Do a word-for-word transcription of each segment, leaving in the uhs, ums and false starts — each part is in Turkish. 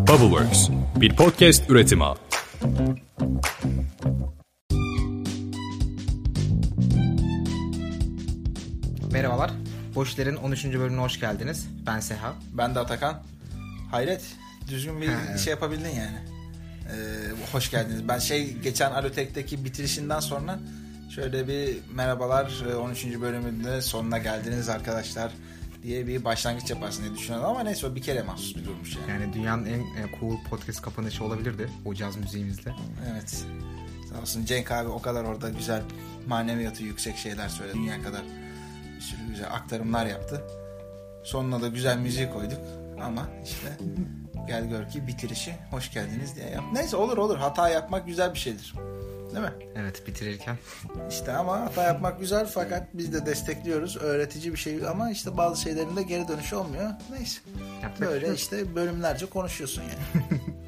Bubbleworks, bir podcast üretimi. Merhabalar, Boşler'in on üçüncü bölümüne hoş geldiniz. Ben Seha. Ben de Atakan. Hayret, düzgün bir ha, evet. şey yapabildin yani. Ee, hoş geldiniz. Ben şey geçen Alotek'teki bitirişinden sonra şöyle bir merhabalar on üçüncü bölümünde sonuna geldiniz arkadaşlar diye bir başlangıç yaparsın diye düşünüyorum ama neyse o bir kere mahsus bir durmuş yani. Yani dünyanın en cool podcast kapanışı olabilirdi o caz müziğimizle. Evet. Sağ olsun Cenk abi o kadar orada güzel maneviyatı yüksek şeyler söyledi. Dünya kadar bir sürü güzel aktarımlar yaptı. Sonuna da güzel müziği koyduk ama işte gel gör ki bitirişi hoş geldiniz diye yap. Neyse olur olur hata yapmak güzel bir şeydir. Değil mi? Evet bitirirken. İşte ama hata yapmak güzel fakat biz de destekliyoruz. Öğretici bir şey ama işte bazı şeylerin de geri dönüşü olmuyor. Neyse. Yapacak böyle işte bölümlerce konuşuyorsun yani.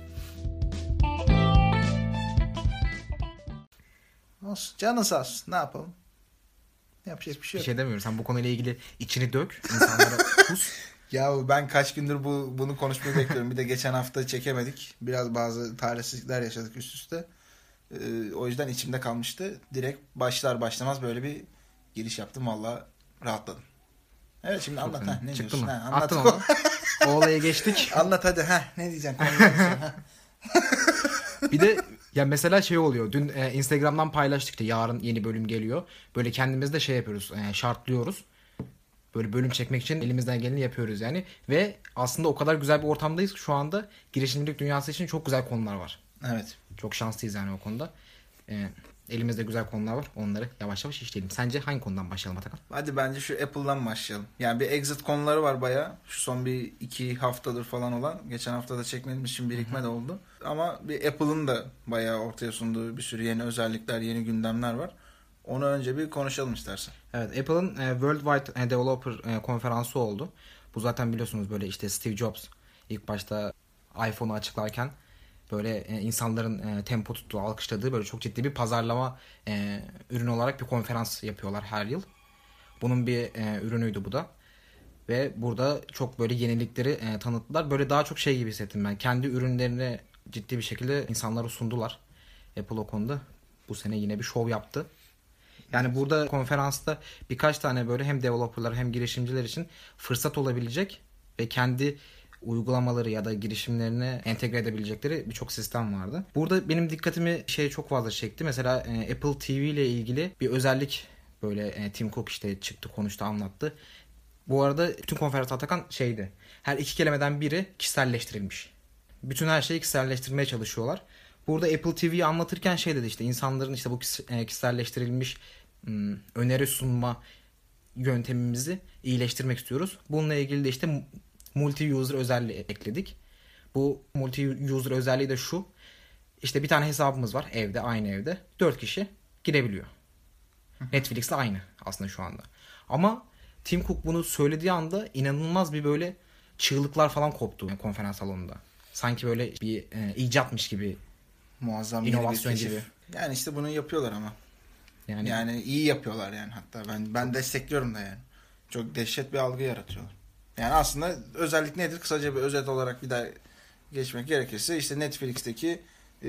Olsun. Canın sağ olsun. Ne yapalım? Yapacak bir şey yok. Bir şey demiyorum. Sen bu konuyla ilgili içini dök. İnsanlara kus. Ya ben kaç gündür bu bunu konuşmayı bekliyorum. Bir de geçen hafta çekemedik. Biraz bazı talihsizlikler yaşadık üst üste. Ee, o yüzden içimde kalmıştı. Direkt başlar başlamaz böyle bir giriş yaptım. Vallahi rahatladım. Evet şimdi anlat. Ha, ne Çıktı diyorsun? mı? Ha, anlat. Attın onu. O olaya geçtik. Anlat hadi. Ha, ne diyeceksin? Bir de ya mesela şey oluyor. Dün e, Instagram'dan paylaştık da yarın yeni bölüm geliyor. Böyle kendimiz de şey yapıyoruz. E, şartlıyoruz. Böyle bölüm çekmek için elimizden geleni yapıyoruz yani. Ve aslında o kadar güzel bir ortamdayız ki şu anda girişimcilik dünyası için çok güzel konular var. Evet. Çok şanslıyız yani o konuda. Ee, elimizde güzel konular var. Onları yavaş yavaş işleyelim. Sence hangi konudan başlayalım Atakan? Hadi bence şu Apple'dan başlayalım. Yani bir exit konuları var bayağı. Şu son bir iki haftadır falan olan. Geçen hafta da çekmediğimiz için birikme de oldu. Ama bir Apple'ın da bayağı ortaya sunduğu bir sürü yeni özellikler, yeni gündemler var. Onu önce bir konuşalım istersen. Evet, Apple'ın e, Worldwide Developer e, konferansı oldu. Bu zaten biliyorsunuz böyle işte Steve Jobs ilk başta iPhone'u açıklarken böyle e, insanların e, tempo tuttuğu, alkışladığı böyle çok ciddi bir pazarlama e, ürünü olarak bir konferans yapıyorlar her yıl. Bunun bir e, ürünüydü bu da. Ve burada çok böyle yenilikleri e, tanıttılar. Böyle daha çok şey gibi hissettim ben. Kendi ürünlerini ciddi bir şekilde insanlara sundular. Apple o konuda bu sene yine bir şov yaptı. Yani burada konferansta birkaç tane böyle hem developerlar hem girişimciler için fırsat olabilecek ve kendi uygulamaları ya da girişimlerine entegre edebilecekleri birçok sistem vardı. Burada benim dikkatimi şey çok fazla çekti. Mesela e, Apple T V ile ilgili bir özellik böyle e, Tim Cook işte çıktı, konuştu, anlattı. Bu arada bütün konferans Atakan şeydi. Her iki kelimeden biri kişiselleştirilmiş. Bütün her şeyi kişiselleştirmeye çalışıyorlar. Burada Apple T V'yi anlatırken şey dedi işte insanların işte bu kişiselleştirilmiş ım, öneri sunma yöntemimizi iyileştirmek istiyoruz. Bununla ilgili de işte multi-user özelliği ekledik. Bu multi-user özelliği de şu. İşte bir tane hesabımız var evde, aynı evde. Dört kişi girebiliyor. Netflix'le aynı aslında şu anda. Ama Tim Cook bunu söylediği anda inanılmaz bir böyle çığlıklar falan koptu konferans salonunda. Sanki böyle bir e, icatmış gibi. Muazzam inovasyon gibi. Yani işte bunu yapıyorlar ama. Yani, yani iyi yapıyorlar yani hatta. Ben ben destekliyorum da yani. Çok dehşet bir algı yaratıyorlar. Yani aslında özellik nedir? Kısaca bir özet olarak bir daha geçmek gerekirse işte Netflix'teki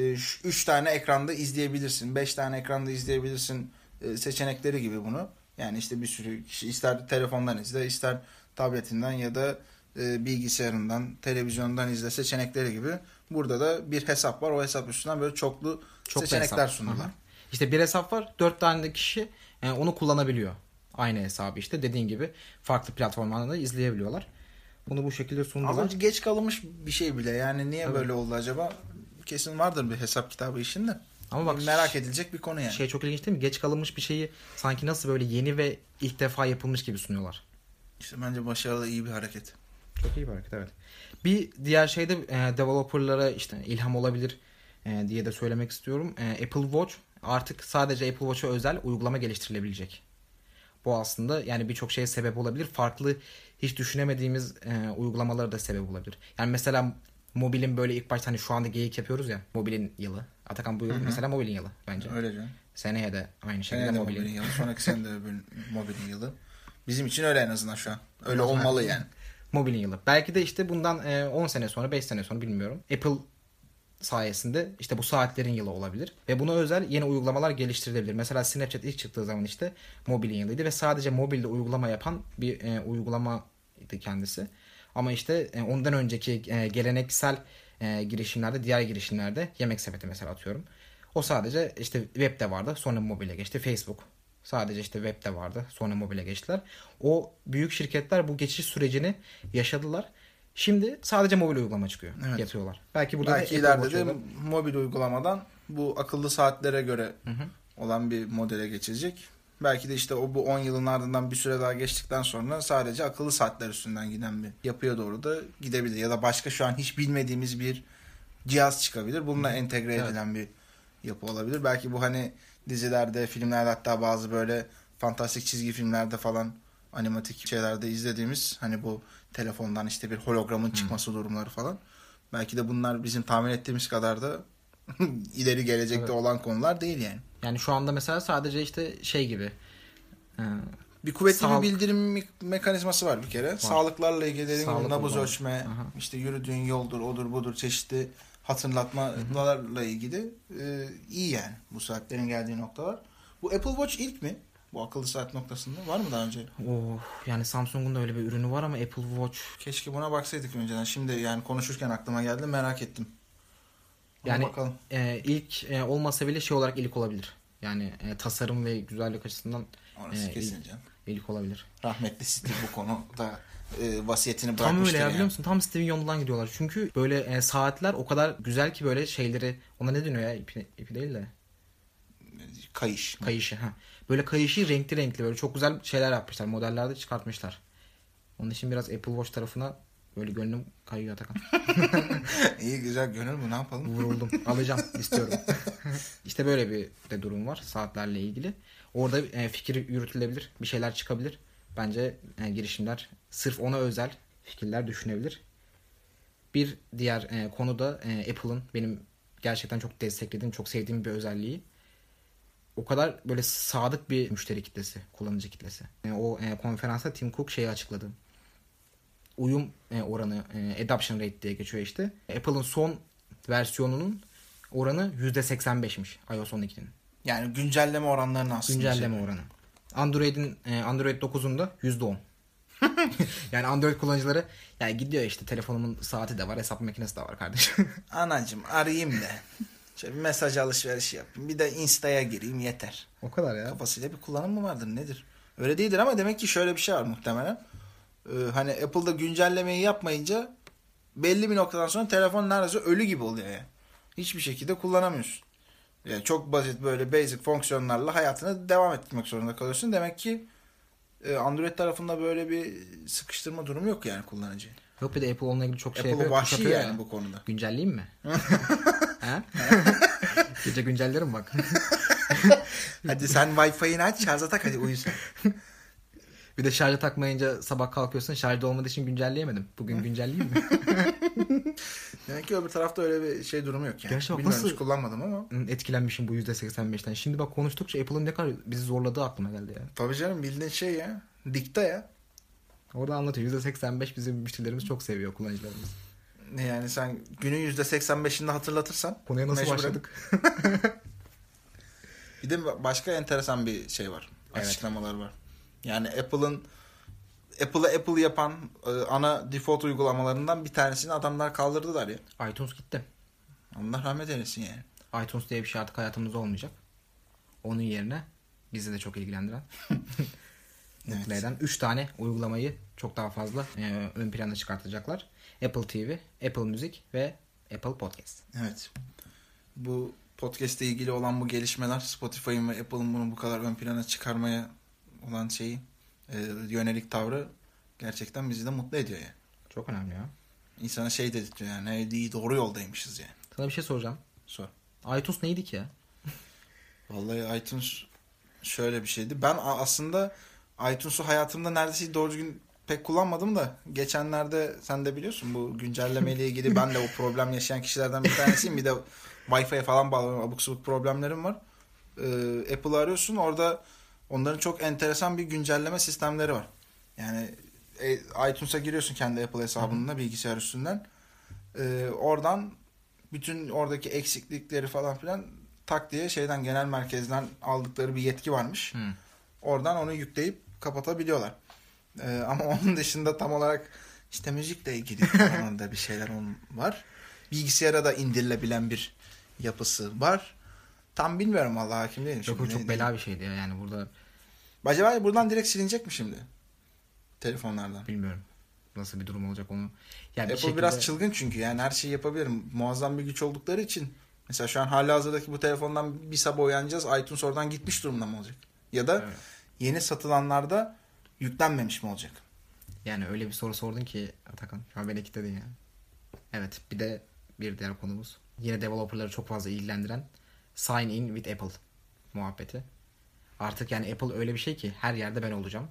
üç tane ekranda izleyebilirsin, beş tane ekranda izleyebilirsin e, seçenekleri gibi bunu. Yani işte bir sürü kişi ister telefondan izle, ister tabletinden ya da e, bilgisayarından, televizyondan izle seçenekleri gibi. Burada da bir hesap var. O hesap üstünden böyle çoklu, çoklu seçenekler sundular. İşte bir hesap var. Dört tane de kişi yani onu kullanabiliyor. Aynı hesabı işte dediğin gibi farklı platformlardan da izleyebiliyorlar. Bunu bu şekilde sundular. Ama geç kalınmış bir şey bile. Yani niye evet. böyle oldu acaba? Kesin vardır bir hesap kitabı işinde. Ama bak merak edilecek bir konu yani. Şey çok ilginç değil mi? Geç kalınmış bir şeyi sanki nasıl böyle yeni ve ilk defa yapılmış gibi sunuyorlar. İşte bence başarılı, iyi bir hareket. Çok iyi bir hareket evet. Bir diğer şey de e, developerlara işte ilham olabilir e, diye de söylemek istiyorum. E, Apple Watch artık sadece Apple Watch'a özel uygulama geliştirilebilecek. Bu aslında yani birçok şeye sebep olabilir. Farklı hiç düşünemediğimiz e, uygulamalara da sebep olabilir. Yani mesela mobilin böyle ilk başta hani şu anda geyik yapıyoruz ya, mobilin yılı. Atakan bu yıl Hı-hı. mesela mobilin yılı bence. Öyle canım. Seneye de aynı şekilde Seneye de mobilin. mobilin yılı. Sonraki sene de mobilin yılı. Bizim için öyle en azından şu an. Öyle olmalı yani. Mobilin yılı. Belki de işte bundan e, on sene sonra, beş sene sonra bilmiyorum. Apple sayesinde işte bu saatlerin yılı olabilir. Ve buna özel yeni uygulamalar geliştirilebilir. Mesela Snapchat ilk çıktığı zaman işte mobilin yılıydı ve sadece mobilde uygulama yapan bir e, uygulamaydı kendisi. Ama işte e, ondan önceki e, geleneksel e, girişimlerde, diğer girişimlerde Yemek Sepeti mesela atıyorum. O sadece işte webde vardı, sonra mobile geçti. Facebook sadece işte webde vardı, sonra mobile geçtiler. O büyük şirketler bu geçiş sürecini yaşadılar. Şimdi sadece mobil uygulama çıkıyor, evet. Yapıyorlar. Belki burada Belki ileride de mobil uygulamadan bu akıllı saatlere göre hı hı. olan bir modele geçilecek. Belki de işte o bu on yılın ardından bir süre daha geçtikten sonra sadece akıllı saatler üstünden giden bir yapıya doğru da gidebilir. Ya da başka şu an hiç bilmediğimiz bir cihaz çıkabilir. Bununla entegre evet. edilen bir yapı olabilir. Belki bu hani dizilerde, filmlerde, hatta bazı böyle fantastik çizgi filmlerde falan, animatik şeylerde izlediğimiz hani bu telefondan işte bir hologramın çıkması hmm. durumları falan. Belki de bunlar bizim tahmin ettiğimiz kadar da ileri gelecekte evet. olan konular değil yani. Yani şu anda mesela sadece işte şey gibi. E, bir kuvvetli sağlık... bir bildirim mekanizması var bir kere. Var. Sağlıklarla ilgili dediğim gibi nabız ölçme, Aha. işte yürüdüğün yoldur, odur budur, çeşitli hatırlatmalarla ilgili e, iyi yani bu saatlerin geldiği noktalar. Bu Apple Watch ilk mi? Bu akıllı saat noktasında. Var mı daha önce? Oh, yani Samsung'un da öyle bir ürünü var ama Apple Watch... Keşke buna baksaydık önceden. Şimdi yani konuşurken aklıma geldi. Merak ettim. Ona yani bakalım. E, ilk e, olmasa bile şey olarak ilk olabilir. Yani e, tasarım ve güzellik açısından e, kesin ilk, ilk olabilir. Rahmetli Steve bu konuda e, vasiyetini bırakmıştır. Tam öyle ya yani. Biliyor musun? Tam Steve'in yolundan gidiyorlar. Çünkü böyle e, saatler o kadar güzel ki böyle şeyleri... Ona ne deniyor ya? İpi, ipi değil de. Kayış. Kayışı. Ha. Böyle kayışı renkli renkli böyle çok güzel şeyler yapmışlar. Modellerde çıkartmışlar. Onun için biraz Apple Watch tarafına böyle gönlüm kayıyor Atakan. İyi güzel gönül bu, ne yapalım? Vuruldum. Alacağım istiyorum. İşte böyle bir de durum var saatlerle ilgili. Orada e, fikir yürütülebilir. Bir şeyler çıkabilir. Bence e, girişimler sırf ona özel fikirler düşünebilir. Bir diğer e, konu da e, Apple'ın benim gerçekten çok desteklediğim, çok sevdiğim bir özelliği. O kadar böyle sadık bir müşteri kitlesi, kullanıcı kitlesi. Yani o e, konferansta Tim Cook şeyi açıkladı. Uyum e, oranı, e, adoption rate diye geçiyor işte. Apple'ın son versiyonunun oranı yüzde seksen beşmiş iOS on ikinin. Yani güncelleme oranlarını aslında. Güncelleme şey. oranı. Android'in e, Android dokuzunda yüzde on. Yani Android kullanıcıları yani gidiyor işte telefonumun saati de var, hesap makinesi de var kardeşim. Anacığım arayayım da. Şöyle bir mesaj alışverişi yapayım. Bir de Insta'ya gireyim yeter. O kadar ya. Kafasıyla bir kullanım mı vardır nedir? Öyle değildir ama demek ki şöyle bir şey var muhtemelen. Ee, hani Apple'da güncellemeyi yapmayınca belli bir noktadan sonra telefon neredeyse ölü gibi oluyor yani. Hiçbir şekilde kullanamıyorsun. Yani çok basit böyle basic fonksiyonlarla hayatını devam ettirmek zorunda kalıyorsun. Demek ki Android tarafında böyle bir sıkıştırma durumu yok yani kullanıcıya. Yok bir de Apple onunla ilgili çok şey Apple yapıyor. Apple vahşi yani ya. Bu konuda. Güncelleyeyim mi? Ha? Gece güncellerim bak. Hadi sen Wi-Fi'ni aç, şarja tak, hadi uyu sen. Bir de şarja takmayınca sabah kalkıyorsun, şarjda olmadığı için güncelleyemedim. Bugün güncelleyeyim mi? Demek ki öbür tarafta öyle bir şey durumu yok yani. Gerçi bak bilmiyorum, nasıl hiç kullanmadım ama. Etkilenmişim bu yüzde seksen beşten. Şimdi bak konuştukça Apple'ın ne kadar bizi zorladığı aklıma geldi ya. Tabii canım, bildiğin şey ya. Dikta ya. Orada anlatıyor. yüzde seksen beş bizim müşterilerimiz çok seviyor, kullanıcılarımız. Ne yani, sen günün yüzde seksen beşinde hatırlatırsan. Konuya nasıl mecburen başladık? Bir de başka enteresan bir şey var. Evet. Açıklamalar var. Yani Apple'ın Apple'ı Apple yapan ana default uygulamalarından bir tanesini adamlar kaldırdılar ya. iTunes gitti. Allah rahmet eylesin yani. iTunes diye bir şey artık hayatımızda olmayacak. Onun yerine bizi de çok ilgilendiren, mutlu eden üç tane uygulamayı çok daha fazla e, ön plana çıkartacaklar. Apple T V, Apple Music ve Apple Podcast. Evet. Bu podcast ile ilgili olan bu gelişmeler, Spotify'ın ve Apple'ın bunu bu kadar ön plana çıkarmaya olan şeyi, e, yönelik tavrı gerçekten bizi de mutlu ediyor yani. Çok önemli ya. İnsana şey dedirtiyor yani, hey, iyi, doğru yoldaymışız yani. Sana bir şey soracağım. Sor. iTunes neydi ki ya? Vallahi iTunes şöyle bir şeydi. Ben aslında iTunes'u hayatımda neredeyse doğru düzgün pek kullanmadım da geçenlerde sen de biliyorsun bu güncelleme ile ilgili ben de o problem yaşayan kişilerden bir tanesiyim. Bir de Wi-Fi'ye falan bağlanıyorum. Abuk sabuk problemlerim var. Ee, Apple'ı arıyorsun. Orada onların çok enteresan bir güncelleme sistemleri var. Yani e, iTunes'a giriyorsun kendi Apple hesabınla bilgisayar üstünden. E, oradan bütün oradaki eksiklikleri falan filan tak diye şeyden genel merkezden aldıkları bir yetki varmış. Hmm. Oradan onu yükleyip kapatabiliyorlar. E, ama onun dışında tam olarak işte müzikle ilgili falan da bir şeyler var. Bilgisayara da indirilebilen bir yapısı var. Tam bilmiyorum vallahi hakim değilim. Çok çok bela bir şeydi ya yani burada. Acaba buradan direkt silinecek mi şimdi? Telefonlardan. Bilmiyorum. Nasıl bir durum olacak onu. Yani Apple bir şekilde... biraz çılgın çünkü yani her şeyi yapabilir. Muazzam bir güç oldukları için. Mesela şu an halihazırdaki bu telefondan bir sabah uyanacağız. iTunes oradan gitmiş durumda mı olacak? Ya da evet. Yeni satılanlarda yüklenmemiş mi olacak? Yani öyle bir soru sordun ki Atakan. Şu an beni kilitledin ya. Evet, bir de bir diğer konumuz. Yine developerları çok fazla ilgilendiren Sign in with Apple muhabbeti. Artık yani Apple öyle bir şey ki her yerde ben olacağım.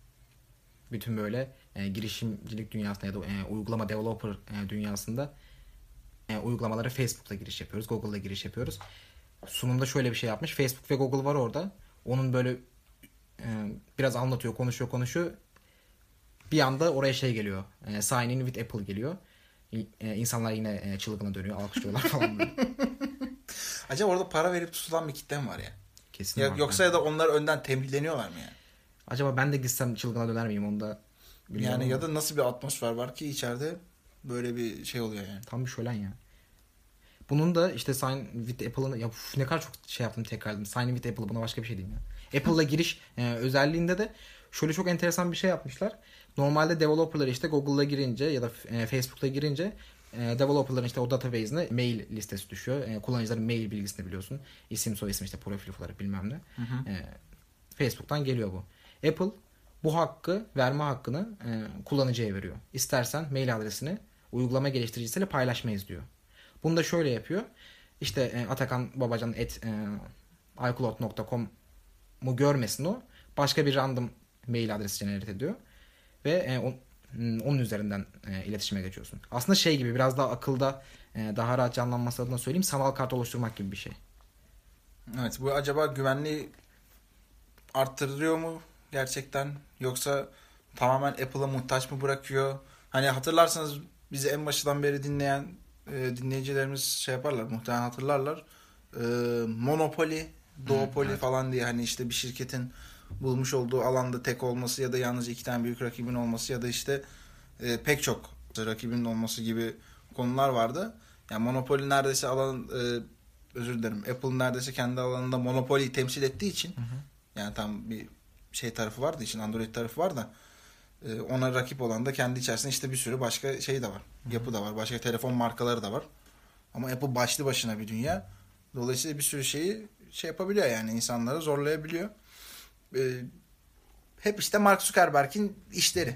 Bütün böyle e, girişimcilik dünyasında ya da e, uygulama developer e, dünyasında e, uygulamalara Facebook'ta giriş yapıyoruz. Google'da giriş yapıyoruz. Sunumda şöyle bir şey yapmış. Facebook ve Google var orada. Onun böyle e, biraz anlatıyor, konuşuyor, konuşuyor. Bir anda oraya şey geliyor. E, Sign in with Apple geliyor. E, insanlar yine e, çılgına dönüyor. Alkışlıyorlar falan böyle. Acaba orada para verip tutulan bir kitle mi var ya? Kesin ya var. Yoksa ya da onlar önden tembihleniyorlar mı yani? Acaba ben de gitsem çılgına döner miyim onu da bilmiyorum. Yani ya da nasıl bir atmosfer var ki içeride böyle bir şey oluyor yani. Tam bir şölen ya. Bunun da işte Sign with Apple'ın ya uf, ne kadar çok şey yaptım tekrarladım. Sign with Apple buna başka bir şey diyeyim ya. Apple'la giriş e, özelliğinde de şöyle çok enteresan bir şey yapmışlar. Normalde developerlar işte Google'la girince ya da e, Facebook'ta girince e, developerların işte o database'ine mail listesi düşüyor. E, kullanıcıların mail bilgisini biliyorsun. İsim, soyisim, işte profil fotoğrafı bilmem ne. Hı hı. E, Facebook'tan geliyor bu. Apple bu hakkı, verme hakkını e, kullanıcıya veriyor. İstersen mail adresini uygulama geliştiricisiyle paylaşmayız diyor. Bunu da şöyle yapıyor. İşte e, Atakan Babacan at e, iCloud nokta com'u görmesin o. Başka bir random mail adresi generate ediyor. Ve e, on, onun üzerinden e, iletişime geçiyorsun. Aslında şey gibi biraz daha akılda e, daha rahat canlanması adına söyleyeyim. Sanal kart oluşturmak gibi bir şey. Evet, bu acaba güvenliği arttırıyor mu gerçekten? Yoksa tamamen Apple'a muhtaç mı bırakıyor? Hani hatırlarsanız bizi en başından beri dinleyen e, dinleyicilerimiz şey yaparlar, muhtemelen hatırlarlar. E, Monopoly, Duopoly hmm, evet. falan diye hani işte bir şirketin bulmuş olduğu alanda tek olması ya da yalnızca iki tane büyük rakibin olması ya da işte e, pek çok rakibinin olması gibi konular vardı. Yani Monopoly neredeyse alan e, özür dilerim. Apple neredeyse kendi alanında Monopoly'yi temsil ettiği için hı hı. yani tam bir şey tarafı vardı, için Android tarafı var da e, ona rakip olan da kendi içerisinde işte bir sürü başka şey de var. Hı hı. Yapı da var. Başka telefon markaları da var. Ama Apple başlı başına bir dünya. Dolayısıyla bir sürü şeyi şey yapabiliyor yani insanları zorlayabiliyor. E, hep işte Mark Zuckerberg'in işleri.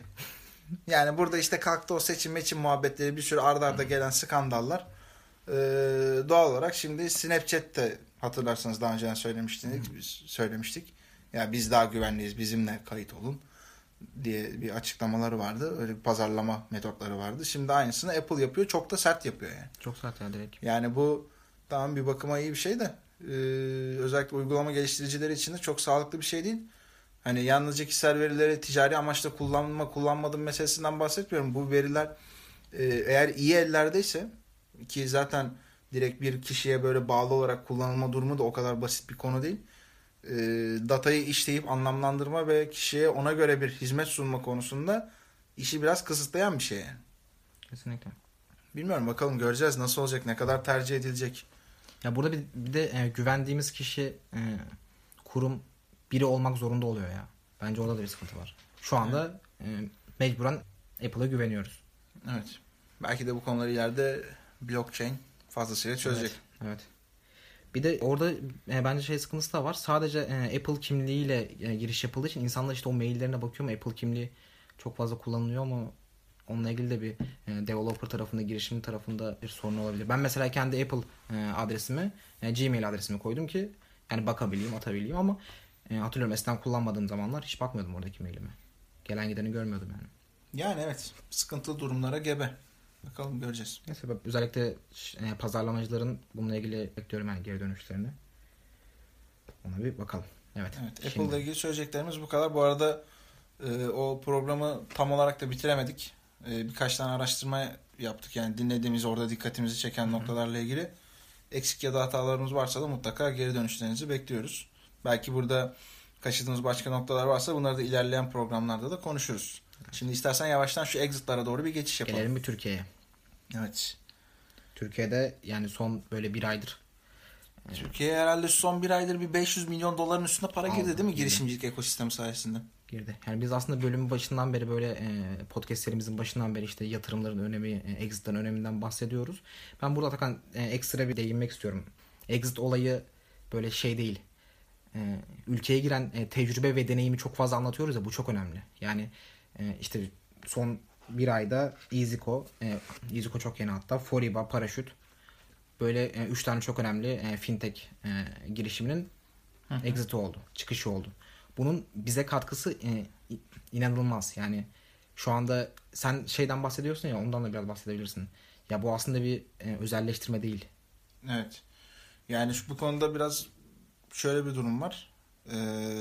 Yani burada işte kalktı o seçim meçim muhabbetleri, bir sürü arda arda gelen skandallar. Ee, doğal olarak şimdi Snapchat'te hatırlarsanız daha önce söylemiştik, biz söylemiştik. Ya yani biz daha güvenliyiz, bizimle kayıt olun diye bir açıklamaları vardı. Öyle bir pazarlama metotları vardı. Şimdi aynısını Apple yapıyor. Çok da sert yapıyor yani. Çok sert ya direkt. Yani bu tamam bir bakıma iyi bir şey de e, özellikle uygulama geliştiricileri için de çok sağlıklı bir şey değil. Hani yalnızca kişisel verileri ticari amaçla kullanma kullanmadığım meselesinden bahsetmiyorum. Bu veriler e, eğer iyi ellerdeyse, ki zaten direkt bir kişiye böyle bağlı olarak kullanılma durumu da o kadar basit bir konu değil. E, datayı işleyip anlamlandırma ve kişiye ona göre bir hizmet sunma konusunda işi biraz kısıtlayan bir şey yani. Kesinlikle. Bilmiyorum, bakalım göreceğiz nasıl olacak, ne kadar tercih edilecek. Ya burada bir, bir de e, güvendiğimiz kişi, e, kurum biri olmak zorunda oluyor ya. Bence orada da bir sıkıntı var. Şu anda evet. e, mecburen Apple'a güveniyoruz. Evet. Belki de bu konuları ileride blockchain fazlasıyla çözecek. Evet. evet. Bir de orada e, bence şey sıkıntısı da var. Sadece e, Apple kimliğiyle e, giriş yapıldığı için insanlar işte o maillerine bakıyor mu? Apple kimliği çok fazla kullanılıyor mu? Onunla ilgili de bir e, developer tarafında, girişim tarafında bir sorun olabilir. Ben mesela kendi Apple e, adresimi, e, Gmail adresimi koydum ki yani bakabileyim, atabileyim ama e, hatırlıyorum eskiden kullanmadığım zamanlar hiç bakmıyordum oradaki mailime. Gelen gideni görmüyordum yani. Yani evet. Sıkıntılı durumlara gebe. Bakalım göreceğiz. Neyse, özellikle e, pazarlamacıların bununla ilgili bekliyorum yani geri dönüşlerini. Ona bir bakalım. Evet. Evet. Apple'la ilgili söyleyeceklerimiz bu kadar. Bu arada Ee, o programı tam olarak da bitiremedik. Ee, birkaç tane araştırma yaptık. Yani dinlediğimiz, orada dikkatimizi çeken noktalarla ilgili. Eksik ya da hatalarımız varsa da mutlaka geri dönüşlerinizi bekliyoruz. Belki burada kaçırdığımız başka noktalar varsa bunları da ilerleyen programlarda da konuşuruz. Şimdi istersen yavaştan şu exit'lara doğru bir geçiş yapalım. Gelelim bir Türkiye'ye. Evet. Türkiye'de yani son böyle bir aydır. Türkiye'ye herhalde son bir aydır bir beş yüz milyon doların üstünde para girdi Aldı, değil mi? girdi. Girişimcilik ekosistemi sayesinde. Girdi. Yani biz aslında bölümün başından beri böyle e, podcastlerimizin başından beri işte yatırımların önemi, e, exit'lerin öneminden bahsediyoruz. Ben burada Atakan e, ekstra bir değinmek istiyorum. Exit olayı böyle şey değil. E, ülkeye giren e, tecrübe ve deneyimi çok fazla anlatıyoruz ya, bu çok önemli. Yani e, işte son bir ayda EasyCo, e, EasyCo çok yeni hatta, Foriba, Paraşüt böyle e, üç tane çok önemli e, fintech e, girişiminin exit'i oldu, çıkışı oldu. Bunun bize katkısı e, inanılmaz. Yani şu anda sen şeyden bahsediyorsun ya, ondan da biraz bahsedebilirsin. Ya bu aslında bir e, özelleştirme değil. Evet. Yani şu, bu konuda biraz şöyle bir durum var. Ee,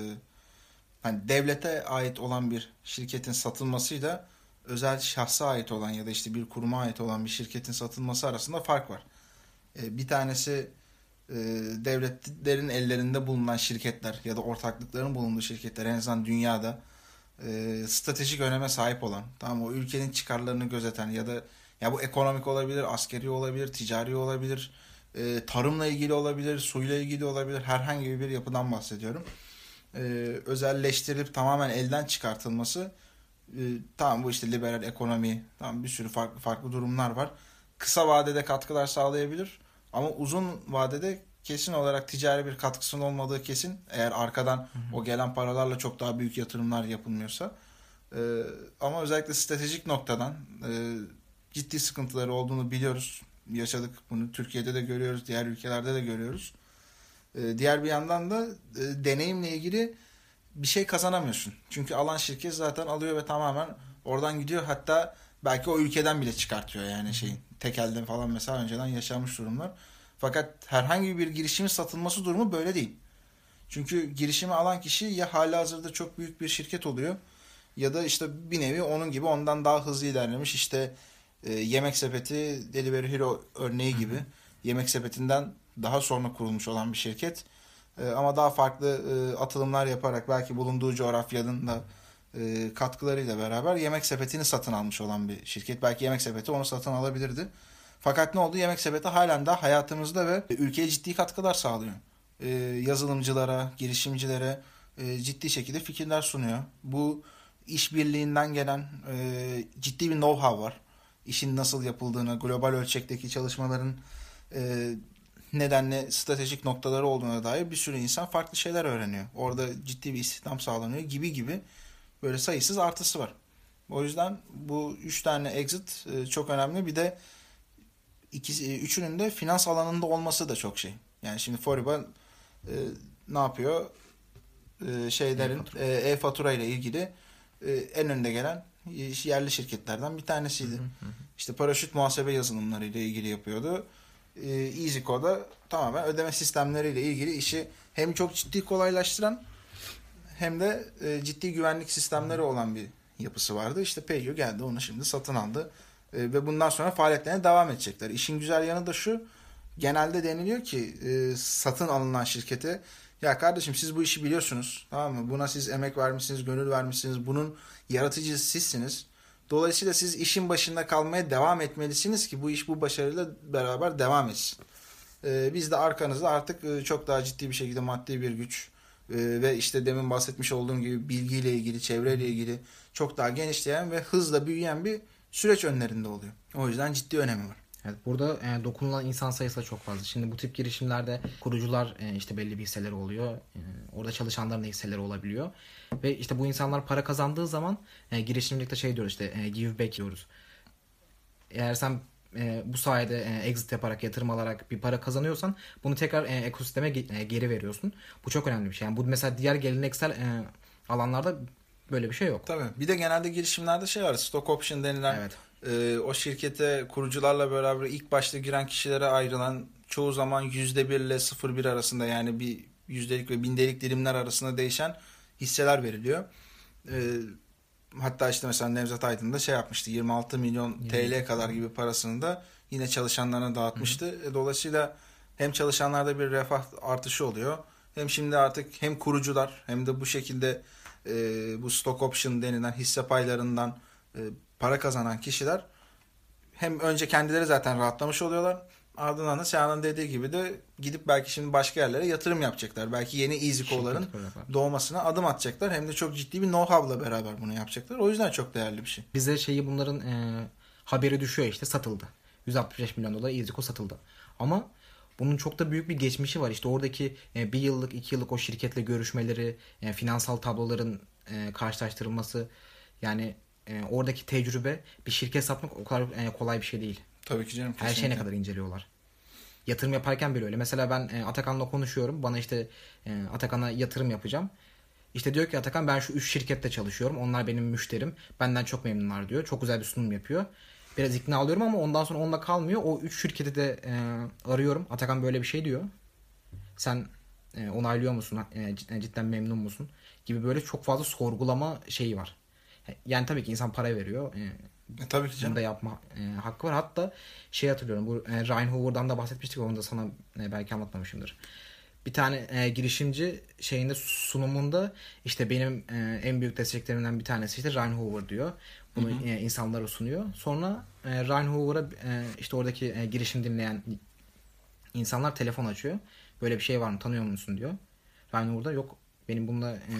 hani devlete ait olan bir şirketin satılmasıyla özel şahsa ait olan ya da işte bir kuruma ait olan bir şirketin satılması arasında fark var. Ee, bir tanesi e, devletlerin ellerinde bulunan şirketler ya da ortaklıkların bulunduğu şirketler, en azından dünyada e, stratejik öneme sahip olan, tamam, o ülkenin çıkarlarını gözeten ya da ya bu ekonomik olabilir, askeri olabilir, ticari olabilir, e, tarımla ilgili olabilir, suyla ilgili olabilir, herhangi bir yapıdan bahsediyorum. E, özelleştirilip tamamen elden çıkartılması, e, tamam, bu işte liberal ekonomi, tamam, bir sürü farklı farklı durumlar var. Kısa vadede katkılar sağlayabilir ama uzun vadede kesin olarak ticari bir katkısının olmadığı kesin. Eğer arkadan hı hı. o gelen paralarla çok daha büyük yatırımlar yapılmıyorsa. E, ama özellikle stratejik noktadan e, ciddi sıkıntıları olduğunu biliyoruz. Yaşadık bunu, Türkiye'de de görüyoruz, diğer ülkelerde de görüyoruz. E, diğer bir yandan da e, deneyimle ilgili bir şey kazanamıyorsun. Çünkü alan şirket zaten alıyor ve tamamen oradan gidiyor. Hatta belki o ülkeden bile çıkartıyor yani şeyin. Tek elden falan mesela önceden yaşanmış durumlar. Fakat herhangi bir girişimin satılması durumu böyle değil. Çünkü girişimi alan kişi ya halihazırda çok büyük bir şirket oluyor ya da işte bir nevi onun gibi ondan daha hızlı ilerlemiş, işte e, Yemek Sepeti, Delivery Hero örneği gibi, hı hı. Yemek Sepeti'nden daha sonra kurulmuş olan bir şirket. E, ama daha farklı e, atılımlar yaparak belki bulunduğu coğrafyanın da e, katkılarıyla beraber Yemek Sepeti'ni satın almış olan bir şirket. Belki Yemek Sepeti onu satın alabilirdi. Fakat ne oldu? Yemek Sepeti halen daha hayatımızda ve ülkeye ciddi katkılar sağlıyor. Ee, yazılımcılara, girişimcilere e, ciddi şekilde fikirler sunuyor. Bu işbirliğinden gelen e, ciddi bir know-how var. İşin nasıl yapıldığını, global ölçekteki çalışmaların e, nedenli stratejik noktaları olduğuna dair bir sürü insan farklı şeyler öğreniyor. Orada ciddi bir istihdam sağlanıyor gibi gibi, böyle sayısız artısı var. O yüzden bu üç tane exit e, çok önemli. Bir de İkisi, üçünün de finans alanında olması da çok şey. Yani şimdi Foriba e, ne yapıyor? E, şeylerin e-fatura. E, e-fatura ile ilgili e, en önde gelen yerli şirketlerden bir tanesiydi. Hı hı. İşte Paraşüt muhasebe yazılımları ile ilgili yapıyordu. E, EasyCo da tamamen ödeme sistemleriyle ilgili işi hem çok ciddi kolaylaştıran hem de e, ciddi güvenlik sistemleri olan bir yapısı vardı. İşte PayU geldi, onu şimdi satın aldı. Ve bundan sonra faaliyetlerine devam edecekler. İşin güzel yanı da şu: genelde deniliyor ki e, satın alınan şirkete, ya kardeşim siz bu işi biliyorsunuz, tamam mı? Buna siz emek vermişsiniz, gönül vermişsiniz. Bunun yaratıcısı sizsiniz. Dolayısıyla siz işin başında kalmaya devam etmelisiniz ki bu iş bu başarıyla beraber devam etsin. E, biz de arkanızda artık e, çok daha ciddi bir şekilde maddi bir güç e, ve işte demin bahsetmiş olduğum gibi bilgiyle ilgili, çevreyle ilgili çok daha genişleyen ve hızla büyüyen bir süreç önlerinde oluyor. O yüzden ciddi önemi var. Evet, burada e, dokunulan insan sayısı da çok fazla. Şimdi bu tip girişimlerde kurucular e, işte belli bir hisseleri oluyor. E, orada çalışanların da hisseleri olabiliyor. Ve işte bu insanlar para kazandığı zaman e, girişimcilikte şey diyoruz, işte e, give back diyoruz. Eğer sen e, bu sayede e, exit yaparak, yatırım alarak bir para kazanıyorsan bunu tekrar e, ekosisteme ge- e, geri veriyorsun. Bu çok önemli bir şey. Yani bu mesela diğer geleneksel e, alanlarda böyle bir şey yok. Tabii. Bir de genelde girişimlerde şey var. Stock option denilen, evet. e, o şirkete kurucularla beraber ilk başta giren kişilere ayrılan, çoğu zaman yüzde bir ile sıfır virgül bir arasında, yani bir yüzdelik ve bindelik dilimler arasında değişen hisseler veriliyor. E, hatta işte mesela Nevzat Aydın da şey yapmıştı. yirmi altı milyon T L kadar gibi parasını da yine çalışanlarına dağıtmıştı. Hı. Dolayısıyla hem çalışanlarda bir refah artışı oluyor. Hem şimdi artık hem kurucular hem de bu şekilde e, bu stock option denilen hisse paylarından e, para kazanan kişiler hem önce kendileri zaten rahatlamış oluyorlar. Ardından da Seyhan'ın dediği gibi de gidip belki şimdi başka yerlere yatırım yapacaklar. Belki yeni EasyCo'ların doğmasına adım atacaklar. Hem de çok ciddi bir know-how'la beraber bunu yapacaklar. O yüzden çok değerli bir şey. Bize şeyi bunların e, haberi düşüyor işte, satıldı. yüz altmış beş milyon dolar EasyCo satıldı. Ama bunun çok da büyük bir geçmişi var. İşte oradaki e, bir yıllık, iki yıllık o şirketle görüşmeleri, e, finansal tabloların e, karşılaştırılması, yani e, oradaki tecrübe, bir şirket satmak o kadar e, kolay bir şey değil. Tabii ki canım. Her şeyine kadar inceliyorlar. Yatırım yaparken bile öyle. Mesela ben e, Atakan'la konuşuyorum. Bana işte e, Atakan'a yatırım yapacağım. İşte diyor ki Atakan, ben şu üç şirkette çalışıyorum. Onlar benim müşterim. Benden çok memnunlar diyor. Çok güzel bir sunum yapıyor. Biraz ikna alıyorum ama ondan sonra onunla kalmıyor. O üç şirketi de e, arıyorum. Atakan böyle bir şey diyor. Sen e, onaylıyor musun? E, cidden memnun musun? Gibi böyle çok fazla sorgulama şeyi var. Yani tabii ki insan para veriyor. E, E, tabii ki canım. Bunu da yapma e, hakkı var. Hatta şey hatırlıyorum. Bu e, Ryan Hoover'dan da bahsetmiştik. Onu da sana e, belki anlatmamışımdır. Bir tane e, girişimci şeyinde, sunumunda işte benim e, en büyük desteklerimden bir tanesi işte Ryan Hoover diyor. Bunu hı hı. E, insanlara sunuyor. Sonra e, Ryan Hoover'a e, işte oradaki e, girişim dinleyen insanlar telefon açıyor. Böyle bir şey var mı? Tanıyor musun diyor. Ryan Hoover da yok. Benim bununla e,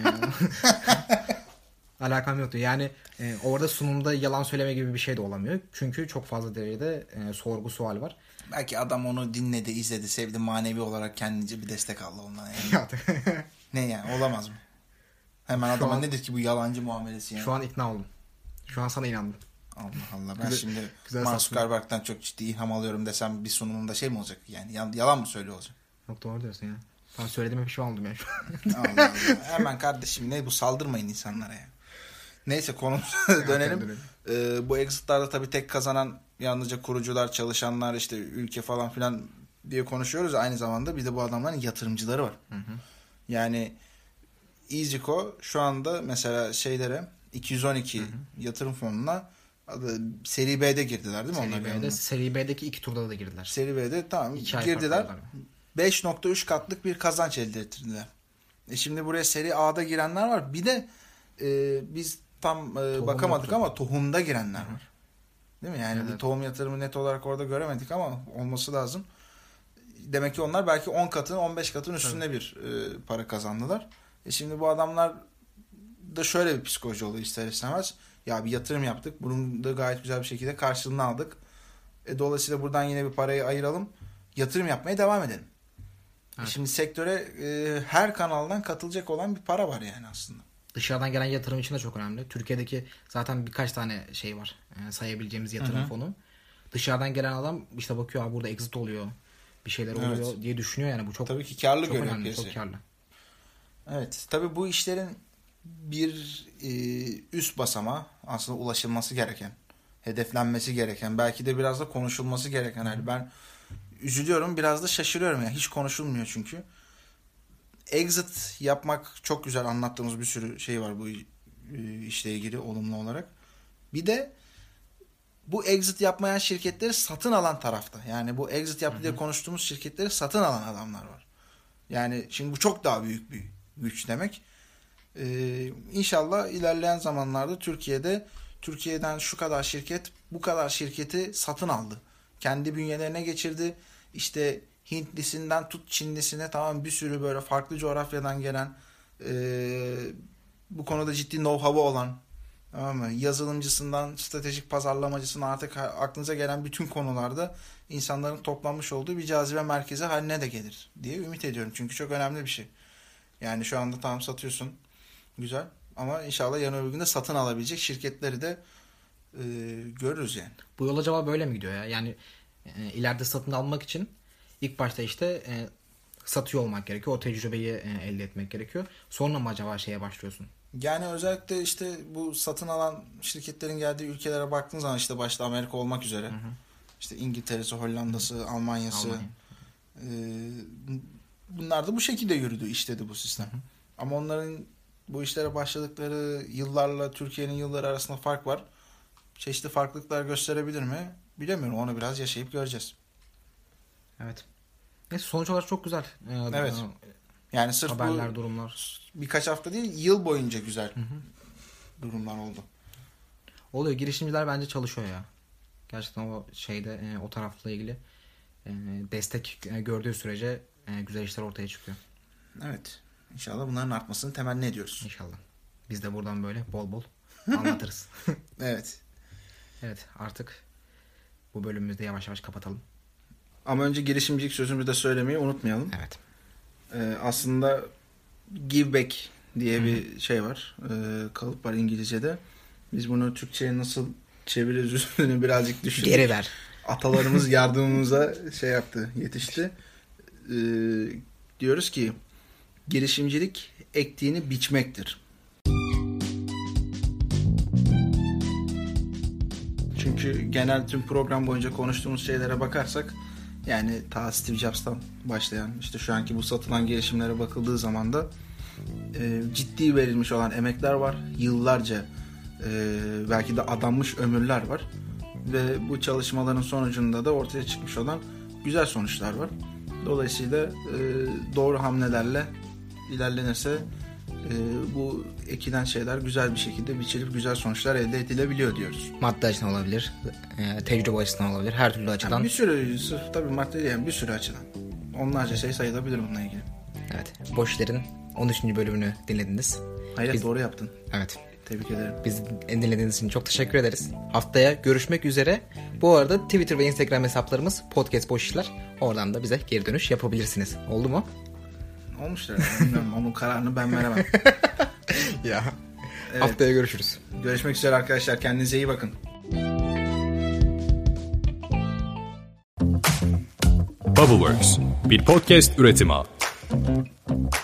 alakam yoktu. Yani e, orada sunumda yalan söyleme gibi bir şey de olamıyor. Çünkü çok fazla derecede e, sorgu sual var. Belki adam onu dinledi, izledi, sevdi, manevi olarak kendince bir destek aldı ondan yani. Ne yani, olamaz mı? Hemen şu adama an, nedir ki bu yalancı muamelesi yani? Şu an ikna oldum. Şu an sana inandım. Allah Allah. Ben güzel, şimdi Mark Zuckerberg'den çok ciddi ilham alıyorum desem bir sunumunda şey mi olacak yani? Yalan mı söylüyor olacak? Yok, doğru diyorsun ya. Ben söylediğime pişman oldum yani şu an. Allah Allah. Hemen kardeşim, ne bu, saldırmayın insanlara ya. Neyse, konumuza dönelim. Ee, bu exit'larda tabii tek kazanan yalnızca kurucular, çalışanlar, işte ülke falan filan diye konuşuyoruz. Aynı zamanda bir de bu adamların yatırımcıları var. Hı hı. Yani EasyCo şu anda mesela şeylere iki yüz on iki hı hı. yatırım fonuna seri B'de girdiler değil mi? Seri onlar? B'de, seri B'deki iki turda da girdiler. Seri B'de tamam girdiler. beş nokta üç katlık bir kazanç elde ettirdiler. E şimdi buraya seri A'da girenler var. Bir de e, biz tam e, bakamadık yatırım. Ama tohumda girenler var. Değil mi? Yani evet. Bir tohum yatırımı net olarak orada göremedik ama olması lazım. Demek ki onlar belki on katın, on beş katın üstünde evet. bir e, para kazandılar. E şimdi bu adamlar da şöyle bir psikoloji oluyor ister istemez. Ya bir yatırım yaptık. Bunun da gayet güzel bir şekilde karşılığını aldık. E, dolayısıyla buradan yine bir parayı ayıralım. Yatırım yapmaya devam edelim. Evet. E şimdi sektöre e, her kanaldan katılacak olan bir para var yani aslında. Dışarıdan gelen yatırım için de çok önemli. Türkiye'deki zaten birkaç tane şey var. E, sayabileceğimiz yatırım Hı-hı. fonu. Dışarıdan gelen adam işte bakıyor, burada exit oluyor. Bir şeyler oluyor evet. diye düşünüyor yani. Bu çok tabii ki karlı çok görüyor önemli, piyasayı. çok karlı. Evet. Tabii bu işlerin bir e, üst basama aslında ulaşılması gereken, hedeflenmesi gereken, belki de biraz da konuşulması gereken. Yani ben üzülüyorum, biraz da şaşırıyorum yani. Hiç konuşulmuyor çünkü. Exit yapmak çok güzel, anlattığımız bir sürü şey var bu işle ilgili olumlu olarak. Bir de bu exit yapmayan şirketleri satın alan tarafta. Yani bu exit yaptı Hı-hı. diye konuştuğumuz şirketleri satın alan adamlar var. Yani şimdi bu çok daha büyük bir güç demek. Ee, İnşallah ilerleyen zamanlarda Türkiye'de Türkiye'den şu kadar şirket bu kadar şirketi satın aldı. Kendi bünyelerine geçirdi. İşte Hintlisinden tut Çinlisine, tamam, bir sürü böyle farklı coğrafyadan gelen e, bu konuda ciddi know-how'u olan, tamam mı? Yazılımcısından stratejik pazarlamacısına, artık aklınıza gelen bütün konularda insanların toplanmış olduğu bir cazibe merkezi haline de gelir diye ümit ediyorum. Çünkü çok önemli bir şey. Yani şu anda tamam satıyorsun. Güzel. Ama inşallah yarın öbür gün de satın alabilecek şirketleri de e, görürüz yani. Bu yol acaba böyle mi gidiyor ya? Yani e, ileride satın almak için ilk başta işte e, satıyor olmak gerekiyor. O tecrübeyi e, elde etmek gerekiyor. Sonra mı acaba şeye başlıyorsun? Yani özellikle işte bu satın alan şirketlerin geldiği ülkelere baktığın zaman işte başta Amerika olmak üzere. Hı hı. İşte İngiltere'si, Hollanda'sı, hı. Almanya'sı. Almanya. E, bunlar da bu şekilde yürüdü, işledi bu sistem. Hı hı. Ama onların bu işlere başladıkları yıllarla Türkiye'nin yılları arasında fark var. Çeşitli farklılıklar gösterebilir mi? Bilemiyorum. Onu biraz yaşayıp göreceğiz. Evet. Neyse, sonuç olarak çok güzel. Ee, evet. Yani sırf haberler, bu durumlar. Birkaç hafta değil, yıl boyunca güzel hı hı. durumlar oldu. Oluyor. Girişimciler bence çalışıyor ya. Gerçekten o şeyde e, o tarafla ilgili e, destek e, gördüğü sürece e, güzel işler ortaya çıkıyor. Evet. İnşallah bunların artmasını temenni ediyoruz. İnşallah. Biz de buradan böyle bol bol anlatırız. Evet. Evet, artık bu bölümümüzü de yavaş yavaş kapatalım. Ama önce girişimcilik sözümüzü de söylemeyi unutmayalım. Evet. Ee, aslında give back diye Hı. bir şey var. Ee, kalıp var İngilizce'de. Biz bunu Türkçe'ye nasıl çeviririz üstüne birazcık düşündük. Geri ver. Atalarımız yardımımıza şey yaptı, yetişti. Ee, diyoruz ki girişimcilik ektiğini biçmektir. Çünkü genel tüm program boyunca konuştuğumuz şeylere bakarsak, yani ta Steve Jobs'tan başlayan, işte şu anki bu satılan girişimlere bakıldığı zaman da e, ciddi verilmiş olan emekler var. Yıllarca e, belki de adanmış ömürler var. Ve bu çalışmaların sonucunda da ortaya çıkmış olan güzel sonuçlar var. Dolayısıyla e, doğru hamlelerle ilerlenirse e, bu ekilen şeyler güzel bir şekilde biçilip güzel sonuçlar elde edilebiliyor diyoruz. Madde açısından olabilir, e, tecrübe açısından olabilir, her türlü açıdan. Yani bir sürü, sırf tabii madde değil, yani bir sürü açıdan. Onlarca şey sayılabilir bununla ilgili. Evet, Boş İşler'in on üçüncü bölümünü dinlediniz. Hayır, Biz, doğru yaptın. Evet. Tebrik ederim. Biz dinlediğiniz için çok teşekkür ederiz. Haftaya görüşmek üzere. Bu arada Twitter ve Instagram hesaplarımız Podcast Boş İşler. Oradan da bize geri dönüş yapabilirsiniz. Oldu mu? Olmuştur. Bilmiyorum, onun kararını ben veremem. Ya. Evet. Haftaya görüşürüz. Görüşmek üzere arkadaşlar. Kendinize iyi bakın. Bubbleworks bir podcast üretimi.